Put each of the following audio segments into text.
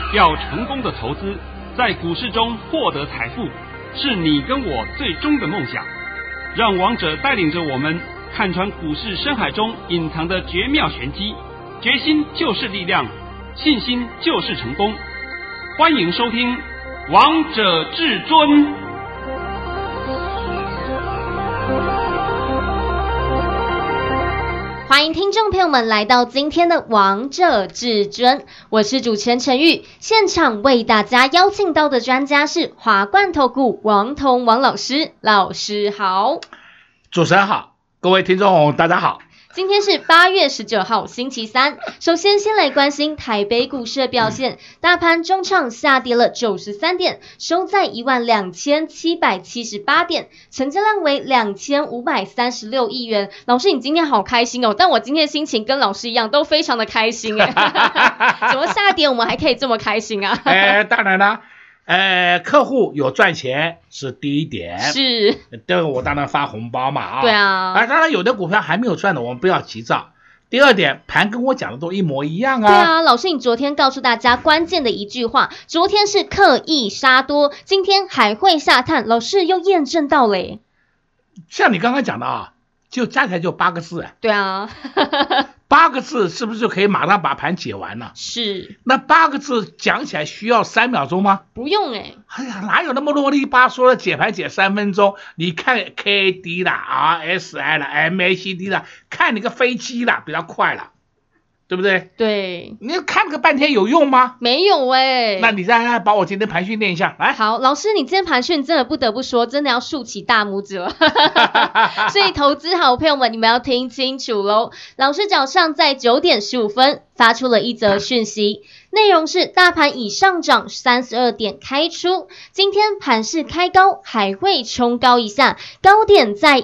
要成功的投资，在股市中获得财富，是你跟我最终的梦想。让王者带领着我们看穿股市深海中隐藏的绝妙玄机，决心就是力量，信心就是成功。欢迎收听《王者至尊》。 欢迎听众朋友们来到今天的王者至尊，我是主持人陈玉。现场为大家邀请到的专家是华冠投顾王彤王老师，老师好。 主持人好，各位听众大家好。 今天是8月19号星期三，首先来关心台北股市的表现，大盘中场下跌了93点，收在12778点，成交量为2536亿元。老师你今天好开心哦，但我今天的心情跟老师一样都非常的开心耶。怎么下跌我们还可以这么开心啊？ 当然啦。客户有赚钱是第一点， 是， 这个我当然发红包嘛啊。 对啊。 当然有的股票还没有赚的，我们不要急躁。第二点，盘跟我讲的都一模一样啊。 对啊，老师你昨天告诉大家关键的一句话，昨天是刻意杀多，今天还会下探，老师又验证到了耶。 像你刚刚讲的啊，就加起来就8个字。 对啊。 8个字是不是就可以马上把盘解完了？ 是。 那8个字讲起来需要3秒钟吗？ 不用哎呀，哪有那么啰里吧嗦的解盘解3分钟？你看 KD 啦、RSI 啦、MACD 啦，看你个飞机啦，比较快了，对不对？ 对。 你看个半天有用吗？ 没有那你再把我今天盘讯念一下来。 好，老师你今天盘讯真的不得不说，真的要竖起大拇指了。所以投资好朋友们，你们要听清楚咯。老师早上在9点15分发出了一则讯息，内容是大盘已上涨32点开出，今天盘势开高，还会冲高一下，高点在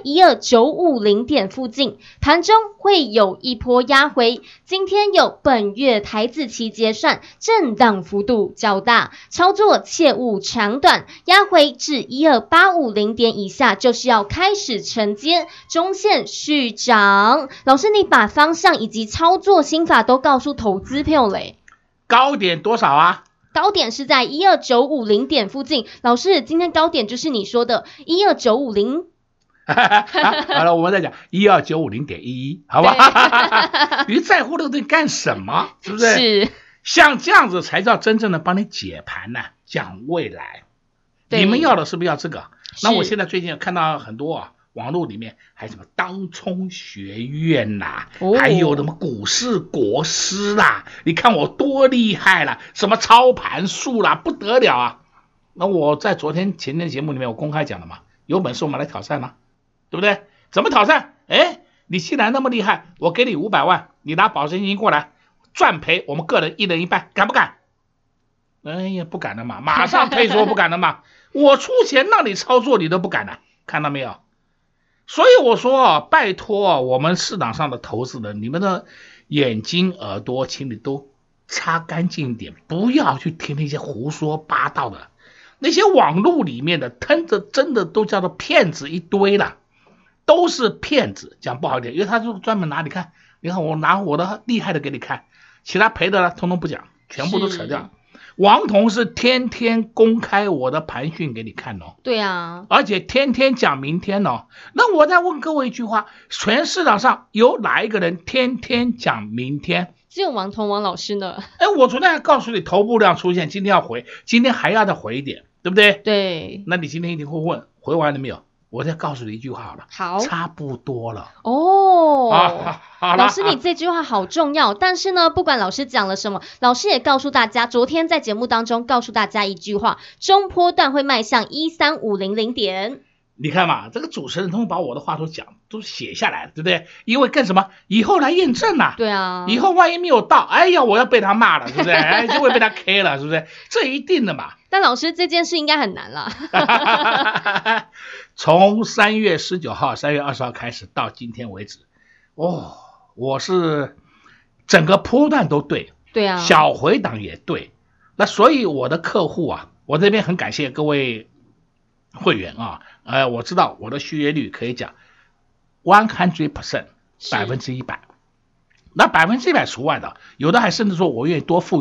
12950点附近，盘中会有一波压回。今天有本月台指期结算，震荡幅度较大，操作切勿长短，压回至12850点以下就是要开始承接，中线续涨。老师你把方向以及操作心法都告诉投资朋友嘞。 高点多少啊？ 高点是在12950点附近。老师今天高点就是你说的12950。 好了，我们再讲12950.11，好吧？你在乎那个东西干什么？是不是？ 是。 像这样子才叫真正的帮你解盘呢，讲未来。你们要的是不是要这个？那我现在最近看到很多网络里面还什么当冲学院啦，还有什么股市国师啦，你看我多厉害啦，什么操盘术啦，不得了啊！那我在前天的节目里面我公开讲了嘛，有本事我们来挑战嘛，对不对？怎么挑战？你既然那么厉害，我给你500万，你拿保证金过来，赚赔我们个人1人1半，敢不敢？哎呀，不敢的嘛，马上退缩，不敢的嘛。我出钱让你操作，你都不敢的，看到没有？所以我说拜托我们市场上的投资人，你们的眼睛耳朵请你都擦干净一点，不要去听那些胡说八道的，那些网络里面的真的都叫做骗子一堆了，都是骗子，讲不好一点，因为他就专门拿你看我拿我的厉害的给你看，其他赔的呢通通不讲，全部都扯掉。王彤是天天公开我的盘讯给你看哦。 对啊。 而且天天讲明天哦。那我再问各位一句话，全市场上有哪一个人天天讲明天？ 只有王彤王老师呢。 我昨天还告诉你头部量出现，今天要回，今天还要再回一点，对不对？ 对。 那你今天一定会问，回完了没有？我再告诉你一句话好了。 好。 差不多了。 好，老师你这句话好重要，但是呢，不管老师讲了什么，老师也告诉大家，昨天在节目当中告诉大家一句话，中波段会迈向13500点。 你看嘛，这个主持人通通把我的话都写下来了，对不对？因为干什么？以后来验证啊。 对啊。以后万一没有到，哎呀，我要被他骂了，是不是？就会被他 K 了，是不是？这一定的嘛。 但老师这件事应该很难啦。 从3月19号、3月20号开始到今天为止，我是整个波段都对。 对啊。小回档也对。那所以我的客户我这边很感谢各位会员我知道我的续约率可以讲 100%， 100%。那100%除外的，有的还甚至说我愿意多付一点，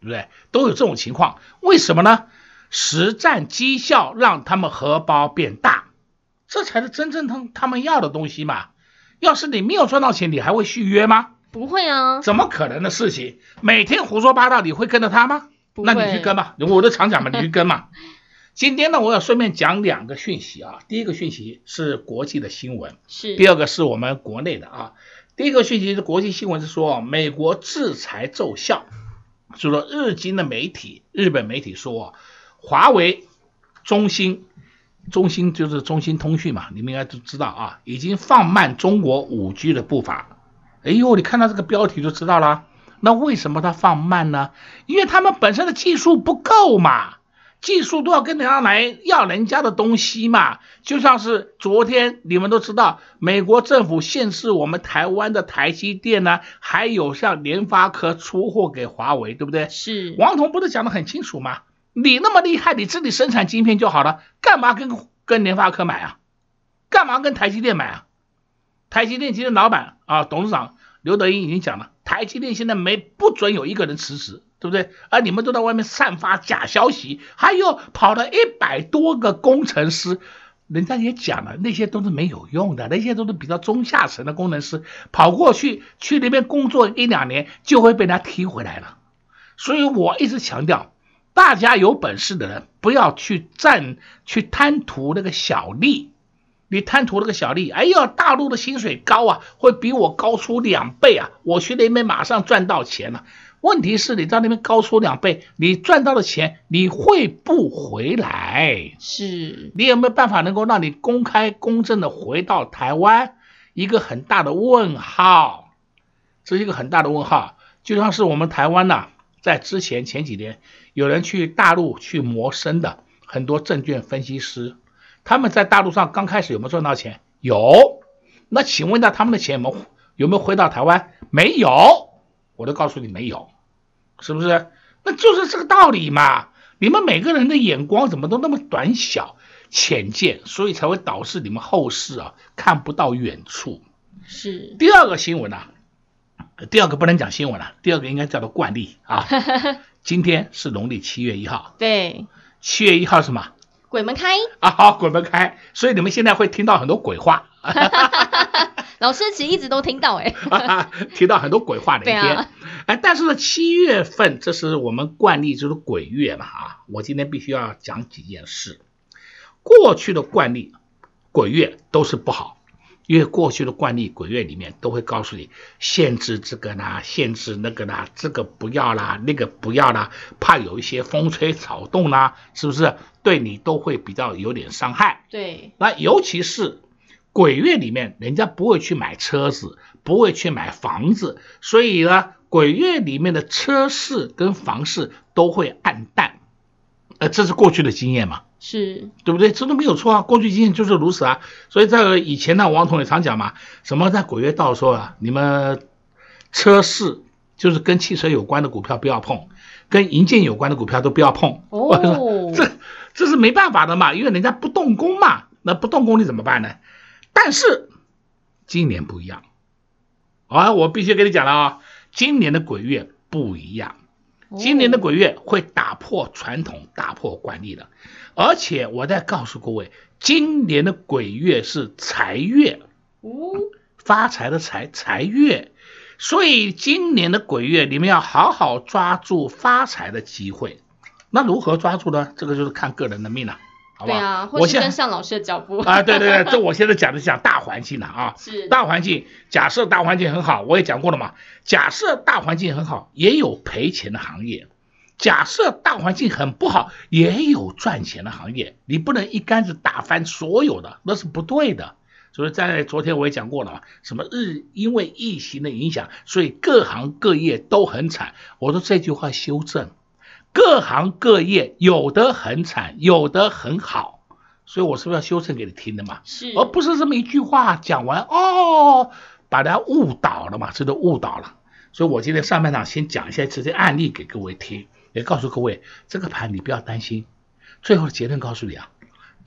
不对？都有这种情况，为什么呢？实战绩效让他们荷包变大，这才是真正他们要的东西嘛。要是你没有赚到钱，你还会续约吗？ 不会啊， 怎么可能的事情？每天胡说八道，你会跟着他吗？那你去跟吧，我都常讲嘛，你去跟嘛。今天呢，我要顺便讲2个讯息啊。第一个讯息是国际的新闻，第二个是我们国内的啊。第一个讯息是国际新闻，是说美国制裁奏效，就说日经的媒体，日本媒体说，华为、中兴就是中兴通讯嘛，你们应该都知道啊，已经放慢中国 5G 的步伐。哎呦，你看到这个标题就知道了。那为什么它放慢呢？因为他们本身的技术不够嘛，技术都要跟人家来要人家的东西嘛。就像是昨天你们都知道，美国政府限制我们台湾的台积电呢，还有像联发科出货给华为，对不对？ 是。 王彤不是讲得很清楚吗？你那么厉害，你自己生产晶片就好了，干嘛跟联发科买啊？干嘛跟台积电买啊？台积电今天老板啊，董事长刘德英已经讲了，台积电现在不准有一个人辞职，对不对？而你们都在外面散发假消息，还有跑了100多个工程师，人家也讲了，那些都是没有用的，那些都是比较中下层的工程师，跑过去那边工作1-2年就会被人家踢回来了。所以我一直强调，大家有本事的人不要去贪图那个小利。你贪图那个小利，哎呦，大陆的薪水高啊，会比我高出2倍啊，我去那边马上赚到钱了。问题是你在那边高出2倍，你赚到的钱你会不回来？ 是， 你有没有办法能够让你公开公正的回到台湾？一个很大的问号，这是一个很大的问号。就像是我们台湾啊，在前几年有人去大陆去谋生的很多证券分析师，他们在大陆上刚开始有没有赚到钱？有。那请问一下，他们的钱有没有回到台湾？没有。我都告诉你没有，是不是？那就是这个道理嘛。你们每个人的眼光怎么都那么短小浅见，所以才会导致你们后世啊看不到远处。 是。 第二个新闻啊，第二个不能讲新闻了，第二个应该叫做惯例啊。今天是农历7月1号。 对。 7月1号是什么？ 鬼门开啊，好，鬼门开，所以你们现在会听到很多鬼话。 老师其实一直都听到听到很多鬼话的一天。 啊， 但是呢，7月份这是我们惯例，就是鬼月嘛啊。我今天必须要讲几件事。过去的惯例，鬼月都是不好，因为过去的惯例，鬼月里面都会告诉你限制这个啦，限制那个啦，这个不要啦，那个不要啦，怕有一些风吹草动啦，是不是？对你都会比较有点伤害。 对。 那尤其是鬼月里面，人家不会去买车子，不会去买房子，所以呢，鬼月里面的车市跟房市都会暗淡。这是过去的经验嘛， 是， 对不对？这都没有错啊，过去经验就是如此啊。所以在以前呢，王彤也常讲嘛，什么在鬼月到的时候啊，你们车市就是跟汽车有关的股票不要碰，跟营建有关的股票都不要碰。 哦， 这是没办法的嘛，因为人家不动工嘛，那不动工你怎么办呢？但是今年不一样啊，我必须跟你讲了啊，今年的鬼月不一样。今年的鬼月会打破传统，打破惯例的，而且我再告诉各位，今年的鬼月是财月，发财的财月，所以今年的鬼月你们要好好抓住发财的机会。那如何抓住呢？这个就是看个人的命了。好吧， 对啊，或是跟上老师的脚步啊，对，这我现在讲的是讲大环境了啊， 是大环境。假设大环境很好，我也讲过了嘛。假设大环境很好，也有赔钱的行业；假设大环境很不好，也有赚钱的行业。你不能一竿子打翻所有的，那是不对的。所以在昨天我也讲过了嘛，什么因为疫情的影响，所以各行各业都很惨。我说这句话修正。各行各业有的很惨，有的很好，所以我是不是要修正给你听的嘛？ 是， 而不是这么一句话讲完哦，把大家误导了嘛，这都误导了。所以我今天上半场先讲一下这些案例给各位听，也告诉各位这个盘你不要担心。最后的结论告诉你啊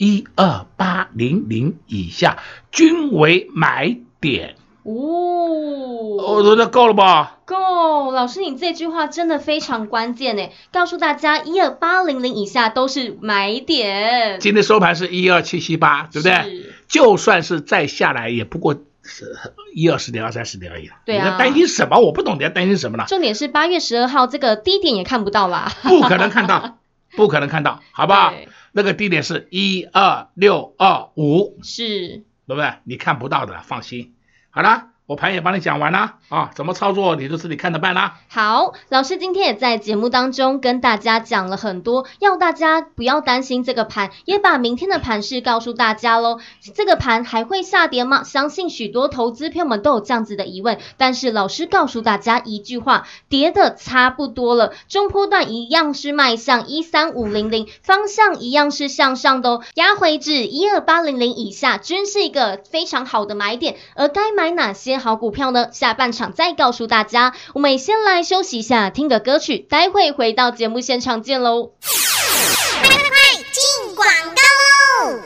，12800以下均为买点。 哦， 我说这够了吧？ 够，老师你这句话真的非常关键诶，告诉大家12800以下都是买点。 今天收盘是12778，对不对？就算是再下来，也不过是120点、230点而已。 对啊， 你在担心什么？我不懂你在担心什么了。 重点是8月12号这个低点也看不到啦， 不可能看到，不可能看到，好不好？那个低点是12625， 是， 对不对？你看不到的，放心。好了。我盘也帮你讲完了啊，怎么操作你就自己看着办啦。 好，老师今天也在节目当中跟大家讲了很多，要大家不要担心这个盘，也把明天的盘势告诉大家咯。这个盘还会下跌吗？相信许多投资朋友们都有这样子的疑问，但是老师告诉大家一句话，跌的差不多了，中波段一样是迈向13500，方向一样是向上的哦，压回至12800以下均是一个非常好的买点，而该买哪些好股票呢？下半场再告诉大家。我们先来休息一下，听个歌曲，待会回到节目现场见喽。 快进广告喽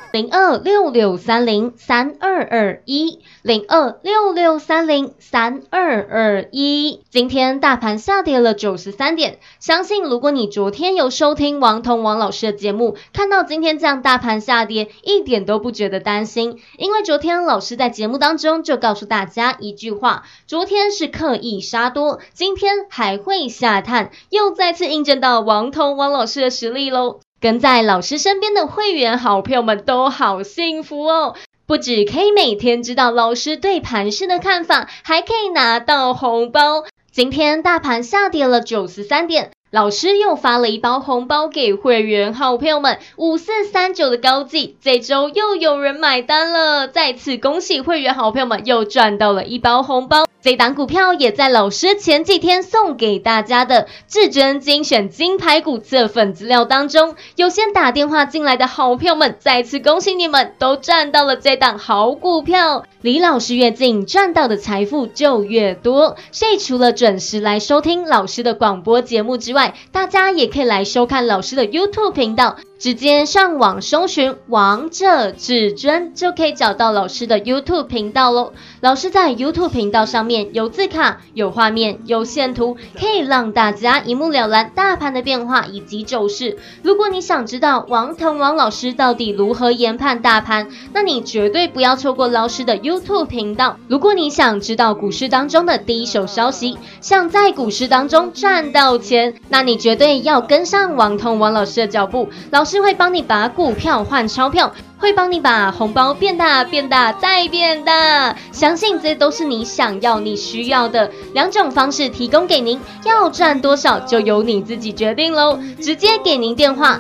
！0266303221，0266303221。今天大盘下跌了93点，相信如果你昨天有收听王彤王老师的节目，看到今天这样大盘下跌，一点都不觉得担心，因为昨天老师在节目当中就告诉大家一句话，昨天是刻意杀多，今天还会下探，又再次印证到王彤王老师的实力咯。跟在老师身边的会员好朋友们都好幸福哦，不只可以每天知道老师对盘势的看法，还可以拿到红包。今天大盘下跌了93点，老师又发了一包红包给会员好朋友们，5439的高技，这周又有人买单了，再次恭喜会员好朋友们又赚到了一包红包。这档股票也在老师前几天送给大家的至臻精选金牌股这份资料当中，有先打电话进来的好朋友们，再次恭喜你们都赚到了这档好股票。离老师越近，赚到的财富就越多。所以除了准时来收听老师的广播节目之外，大家也可以来收看老师的 YouTube 频道，直接上网搜寻王者至尊就可以找到老师的 YouTube 频道咯。老师在 YouTube 频道上面有字卡、有画面、有线图，可以让大家一目了然大盘的变化以及走势。如果你想知道王腾王老师到底如何研判大盘，那你绝对不要错过老师的 YouTube 频道。如果你想知道股市当中的第一手消息，想在股市当中赚到钱，那你绝对要跟上王腾王老师的脚步。老师会帮你把股票换钞票，会帮你把红包变大变大再变大，相信这都是你想要你需要的两种方式提供给您，要赚多少就由你自己决定咯。直接给您电话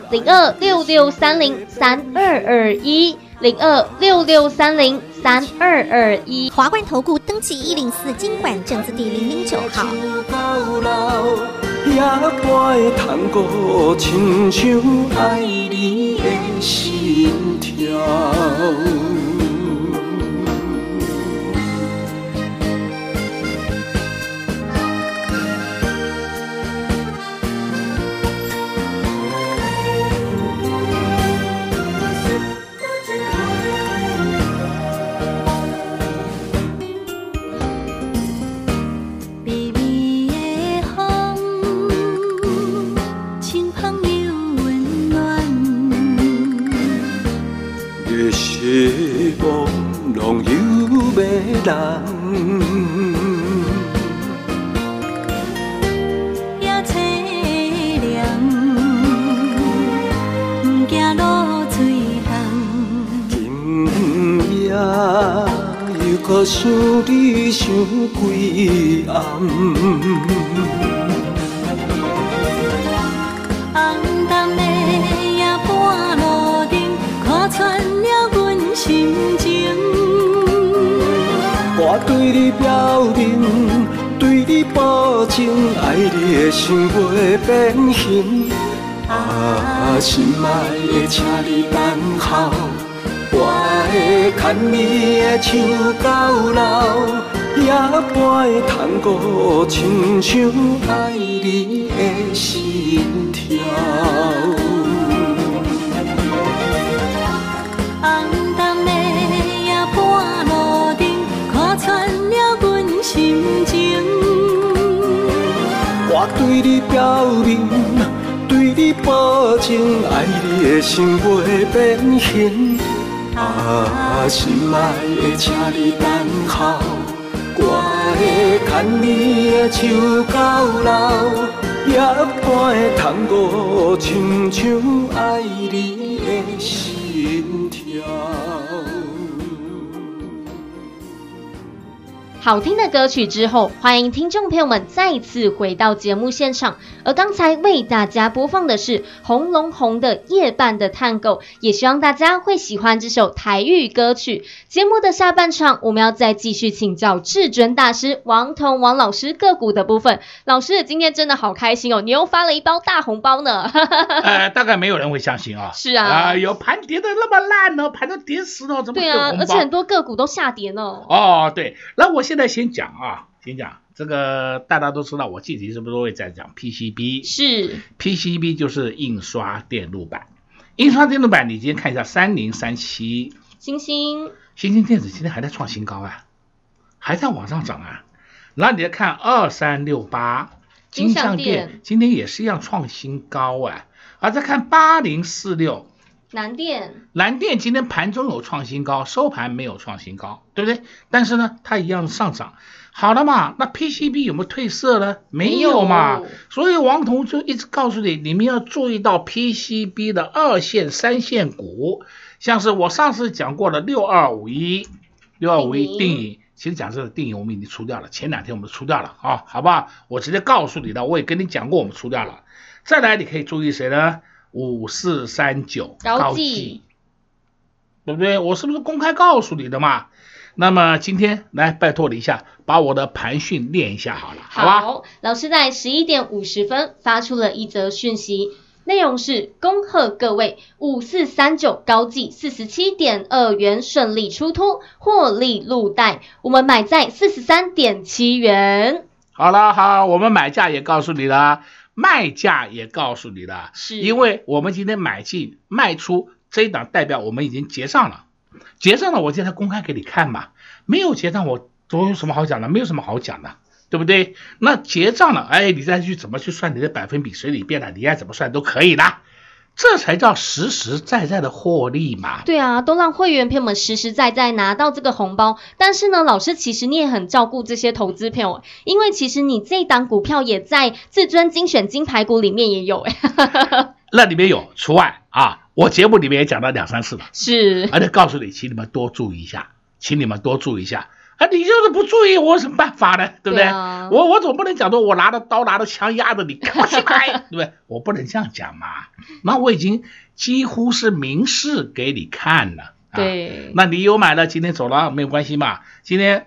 0266303221 0266303221。 华冠投顾登记104金管证字第009号。 也跋会通过亲像爱你的心跳。希望拢有要人， 也凄凉，不惊落水重。 今夜又搁想你想几暗。 红淡的夜半路灯，看穿了阮心情。 我对你表明，对你保证，爱你的心袂变形。心爱的，请你等候，我会牵你的手到老，也跋会通过亲像爱你的心跳。 红淡的夜半路灯，看穿了阮心情。 对你表明，对你保证，爱你的心袂变形。啊，心爱的，请你等候，我会牵你的手到老，也不会通过亲像爱你的心跳。 好听的歌曲之后，欢迎听众朋友们再次回到节目现场。而刚才为大家播放的是红龙红的夜半的探戈，也希望大家会喜欢这首台语歌曲。节目的下半场，我们要再继续请教至尊大师王彤王老师个股的部分。老师今天真的好开心哦，你又发了一包大红包呢。 大概没有人会相信啊。 是啊， 有盘跌的那么烂呢，盘都跌死了，怎么会有红包？ 对啊，而且很多个股都下跌呢。 哦，对，那我现在先讲这个大家都知道，我近期是不是会在讲 PCB？ 是 PCB 就是印刷电路板，印刷电路板你今天看一下3037，星星电子今天还在创新高啊，还在往上涨啊。然后你再看2368金像电，今天也是一样创新高啊。而再看8046。蓝电今天盘中有创新高，收盘没有创新高，对不对？但是呢，它一样上涨。好了嘛，那 PCB 有没有褪色呢？没有嘛。所以王彤就一直告诉你，你们要注意到 PCB 的2线、3线股，像是我上次讲过的6251定影，其实讲这个定影我们已经出掉了，前2天我们出掉了啊，好不好？我直接告诉你的，我也跟你讲过我们出掉了。再来你可以注意谁呢？5439高技，对不对？我是不是公开告诉你的嘛？那么今天来拜托你一下，把我的盘讯练一下好了，好吧？好， 老师在11点50分发出了一则讯息，内容是恭贺各位5439高技 47.2 元顺利出脱，获利入袋，我们买在 43.7 元。 好了，好，我们买价也告诉你了，卖价也告诉你了，是因为我们今天买进卖出这一档代表我们已经结账了，我现在公开给你看嘛，没有结账我有什么好讲的？没有什么好讲的，对不对？那结账了，你再去怎么去算你的百分比随你便了，你爱怎么算都可以的，这才叫实实在在的获利嘛。 对啊，都让会员朋友们实实在在拿到这个红包。但是呢，老师其实你也很照顾这些投资朋友，因为其实你这一档股票也在至尊精选金牌股里面也有那里面有除外啊，我节目里面也讲到2-3次了，是，而且告诉你，请你们多注意一下，你就是不注意，我有什么办法呢？对不对？我总不能讲说我拿着刀拿着枪压着你赶快去买，对不对？我不能这样讲嘛。那我已经几乎是明示给你看了，对。那你有买了，今天走了没有关系嘛？今天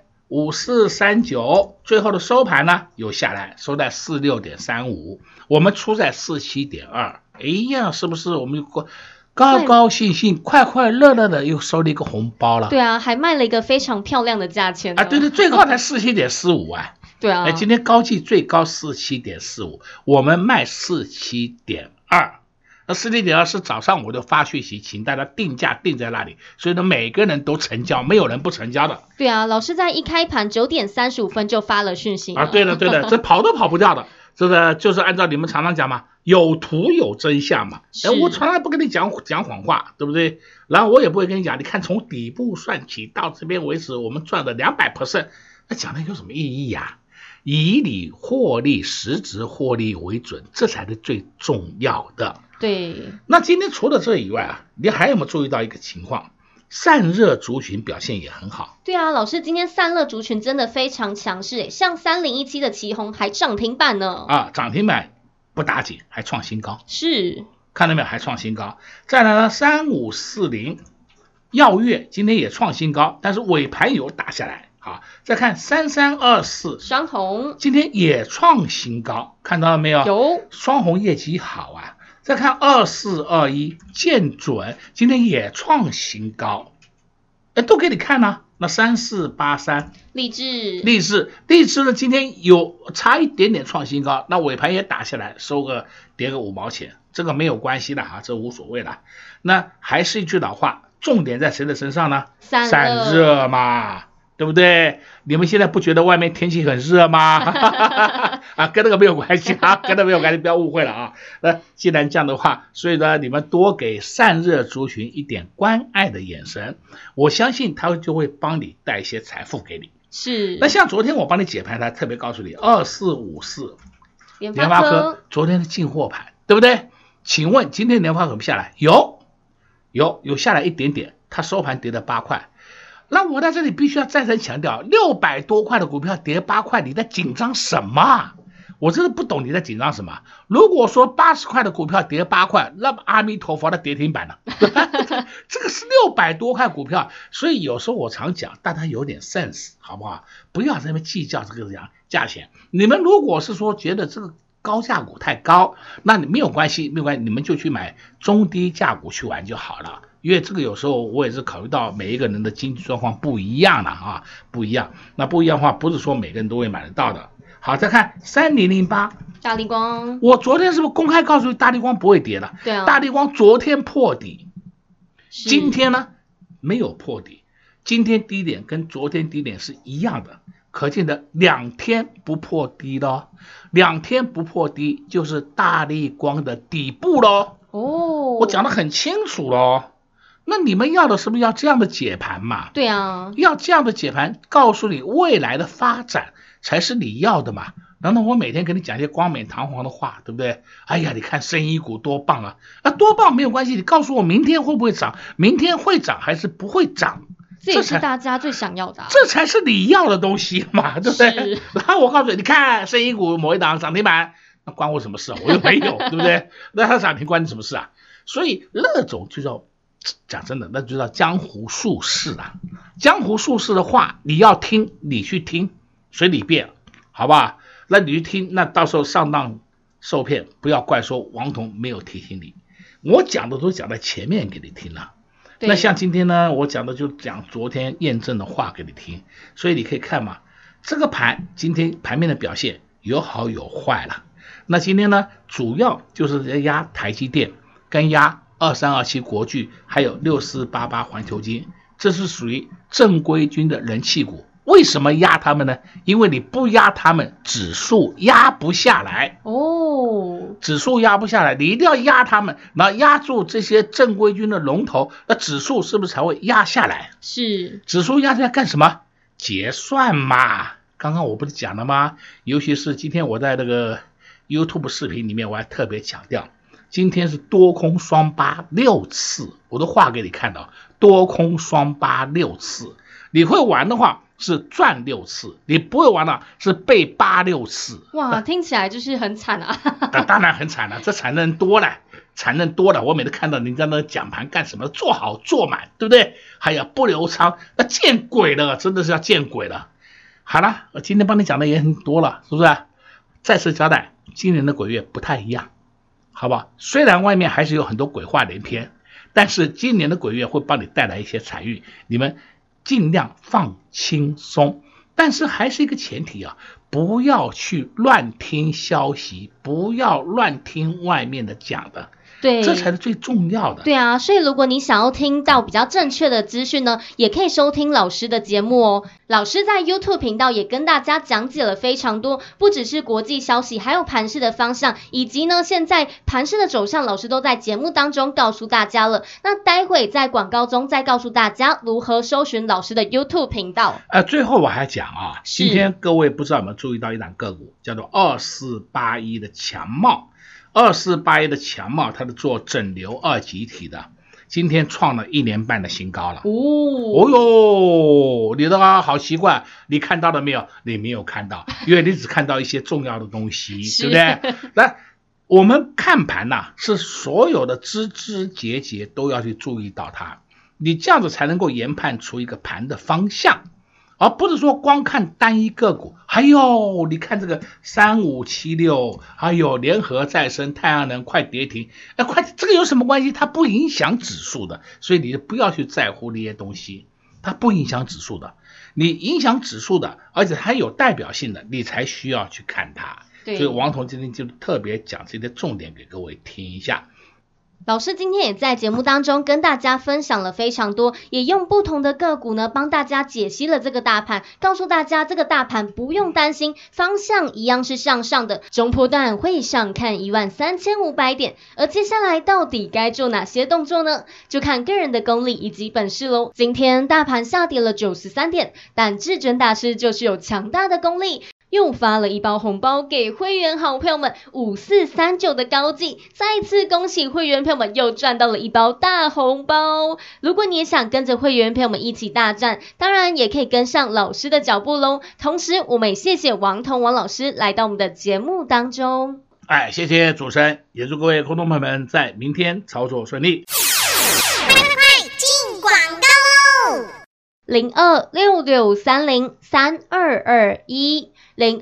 5439最后的收盘呢有下来，收在 46.35， 我们出在 47.2， 一样是不是我们高高兴兴快快乐乐的又收了一个红包了？对啊，还卖了一个非常漂亮的价钱啊！对，最高才 47.45 啊！对啊，今天高技最高 47.45， 我们卖 47.2， 那 47.2 是早上我就发讯息请大家定价定在那里，所以呢每个人都成交，没有人不成交的。对啊，老师在一开盘9点35分就发了讯息啊！对了，这跑都跑不掉的。这个就是按照你们常常讲嘛，有图有真相嘛。我从来不跟你讲谎话，对不对？然后我也不会跟你讲，你看从底部算起到这边为止，我们赚了 200%， 那讲的有什么意义啊？以你获利实质获利为准，这才是最重要的。对。那今天除了这以外啊，你还有没有注意到一个情况？散热族群表现也很好。对啊，老师今天散热族群真的非常强势，像3017的奇鋐还涨停板呢。啊，涨停板不打紧，还创新高。是，看到没有？还创新高。再来呢，3540耀月今天也创新高，但是尾盘有打下来。好，再看3324双红今天也创新高，看到了没有？有，双红业绩好啊。再看2421建准今天也创新高，都给你看啊。那3483励志呢今天有差一点点创新高，那尾盘也打下来，跌个5毛钱，这个没有关系的啊，这无所谓的。那还是一句老话，重点在谁的身上呢？散热嘛， 对不对？你们现在不觉得外面天气很热吗？啊，跟那个没有关系啊，跟那个没有关系，不要误会了啊。那既然这样的话，所以呢，你们多给散热族群一点关爱的眼神，我相信他就会帮你带一些财富给你。 是。 那像昨天我帮你解盘，他特别告诉你2454 联发科昨天的进货盘，对不对？请问今天联发科有没有下来？有下来一点点，它收盘跌了8块。那我在这里必须要再三强调，600多块的股票跌8块，你在紧张什么？我真的不懂你在紧张什么。如果说80块的股票跌8块，那么阿弥陀佛的跌停板了。这个是600多块股票，所以有时候我常讲，大家有点 sense 好不好？不要在那边计较这个价钱。你们如果是说觉得这个高价股太高，那你没有关系，你们就去买中低价股去玩就好了。因为这个有时候我也是考虑到每一个人的经济状况不一样了啊，不一样。那不一样的话，不是说每个人都会买得到的。好，再看3008 大立光， 我昨天是不是公开告诉你大立光不会跌了？ 对啊， 大立光昨天破底，今天呢没有破底，今天低点跟昨天低点是一样的，可见的2天不破低咯，2天不破低就是大立光的底部咯。哦，我讲得很清楚咯。那你们要的是不是要这样的解盘嘛？ 对啊， 要这样的解盘，告诉你未来的发展才是你要的嘛。难道我每天跟你讲一些冠冕堂皇的话，对不对？哎呀，你看生医股多棒啊！啊，多棒没有关系，你告诉我明天会不会涨，明天会涨还是不会涨？ 这也是大家最想要的这才是你要的东西嘛，对不对？然后我告诉你，你看生医股某一档涨停板，那关我什么事啊？我又没有，对不对？那它涨停关你什么事啊？所以那种就叫讲真的，那就叫江湖术士啊。江湖术士的话，你要听，你去听，随你便，好不好？那你去听，那到时候上当受骗，不要怪说王彤没有提醒你，我讲的都讲在前面给你听了。那像今天呢，我讲的就讲昨天验证的话给你听，所以你可以看嘛，这个盘今天盘面的表现有好有坏了。那今天呢，主要就是在压台积电跟压2327国巨，还有6488环球金，这是属于正规军的人气股。为什么压他们呢？因为你不压他们，指数压不下来哦。指数压不下来，你一定要压他们，然后压住这些正规军的龙头，那指数是不是才会压下来？ 是， 指数压下来干什么？结算嘛。刚刚我不是讲了吗？尤其是今天我在这个 YouTube 视频里面，我还特别强调，今天是多空双8 6次，我都画给你看到，多空双8 6次。你会玩的话是赚6次，你不会玩的是被8 6次。 哇，听起来就是很惨啊！ 当然很惨了，这惨人多了，惨人多了。我每次看到你在那讲盘干什么，做好做满，对不对？还有不留仓，那见鬼了，真的是要见鬼了。好了，我今天帮你讲的也很多了，是不是？再次交代，今年的鬼月不太一样，好不好？虽然外面还是有很多鬼话连篇，但是今年的鬼月会帮你带来一些财运，你们尽量放轻松，但是还是一个前提啊，不要去乱听消息，不要乱听外面的讲的， 对， 这才是最重要的。 对啊，所以如果你想要听到比较正确的资讯呢，也可以收听老师的节目哦。老师在 YouTube 频道也跟大家讲解了非常多，不只是国际消息，还有盘势的方向，以及呢现在盘势的走向，老师都在节目当中告诉大家了。那待会在广告中再告诉大家如何搜寻老师的 YouTube 频道。 最后我还讲啊，今天各位不知道有没有注意到一档个股，叫做2481的强茂。2481的强茂，它是做整流2极体的，今天创了1年半的新高了。哦哟，你的好习惯，你看到了没有？你没有看到，因为你只看到一些重要的东西，对不对？那我们看盘呐，是所有的枝枝节节都要去注意到它，你这样子才能够研判出一个盘的方向。而不是说光看单一个股，还有你看这个3576，还有联合再生、太阳能快跌停，这个有什么关系？它不影响指数的，所以你不要去在乎那些东西，它不影响指数的。你影响指数的，而且还有代表性的，你才需要去看它。所以王彤今天就特别讲这些重点给各位听一下。 老师今天也在节目当中跟大家分享了非常多，也用不同的个股呢帮大家解析了这个大盘，告诉大家这个大盘不用担心，方向一样是向上的，中波段会上看13500点，而接下来到底该做哪些动作呢？就看个人的功力以及本事咯。今天大盘下跌了93点，但至尊大师就是有强大的功力，又发了一包红包给会员好朋友们5439的高技，再次恭喜会员朋友们又赚到了一包大红包。如果你也想跟着会员朋友们一起大赚，当然也可以跟上老师的脚步咯。同时我们也谢谢王彤王老师来到我们的节目当中。 谢谢主持人，也祝各位观众朋友们在明天操作顺利。 进广告喽 ！0266303221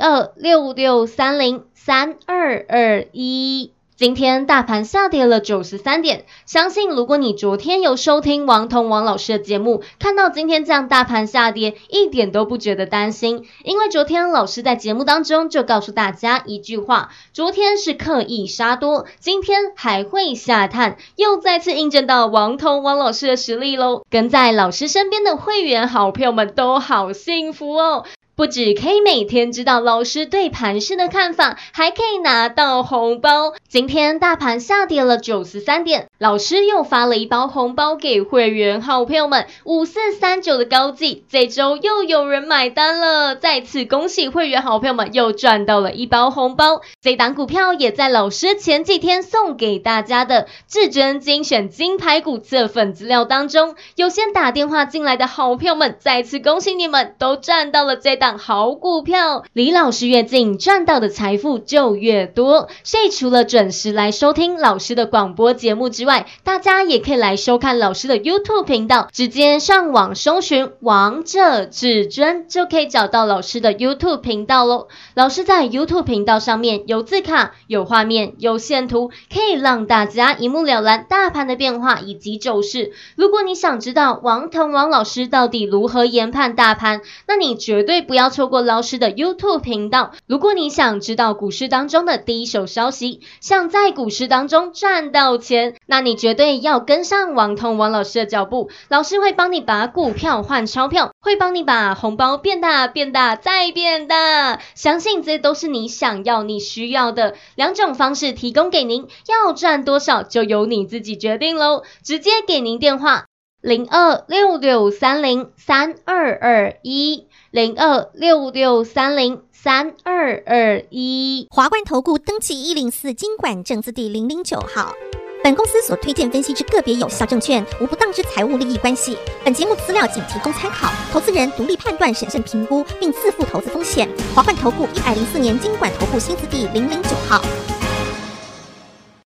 0266303221。今天大盘下跌了93点，相信如果你昨天有收听王彤王老师的节目，看到今天这样大盘下跌，一点都不觉得担心，因为昨天老师在节目当中就告诉大家一句话，昨天是刻意杀多，今天还会下探，又再次印证到王彤王老师的实力咯。跟在老师身边的会员好朋友们都好幸福哦，不只可以每天知道老师对盘势的看法，还可以拿到红包。今天大盘下跌了93点，老师又发了一包红包给会员好朋友们5439的高技，这周又有人买单了，再次恭喜会员好朋友们又赚到了一包红包。这档股票也在老师前几天送给大家的至尊精选金牌股这份资料当中，有先打电话进来的好朋友们，再次恭喜你们都赚到了这档好股票，离老师越近，赚到的财富就越多。所以除了准时来收听老师的广播节目之外，大家也可以来收看老师的 YouTube 频道，直接上网搜寻王者至尊就可以找到老师的 YouTube 频道咯。老师在 YouTube 频道上面有字卡、有画面、有线图，可以让大家一目了然大盘的变化以及走势。如果你想知道王彤王老师到底如何研判大盘，那你绝对不要错过老师的 YouTube 频道。如果你想知道股市当中的第一手消息，想在股市当中赚到钱，那你绝对要跟上王彤王老师的脚步。老师会帮你把股票换钞票，会帮你把红包变大变大再变大，相信这都是你想要你需要的，两种方式提供给您，要赚多少就由你自己决定咯。直接给您电话0266303221 0266303221。 华冠投顾登记104金管证字第009号。本公司所推荐分析之个别有效证券，无不当之财务利益关系。本节目资料仅提供参考，投资人独立判断、审慎评估，并自负投资风险。华冠投顾104年金管投顾新字第009号。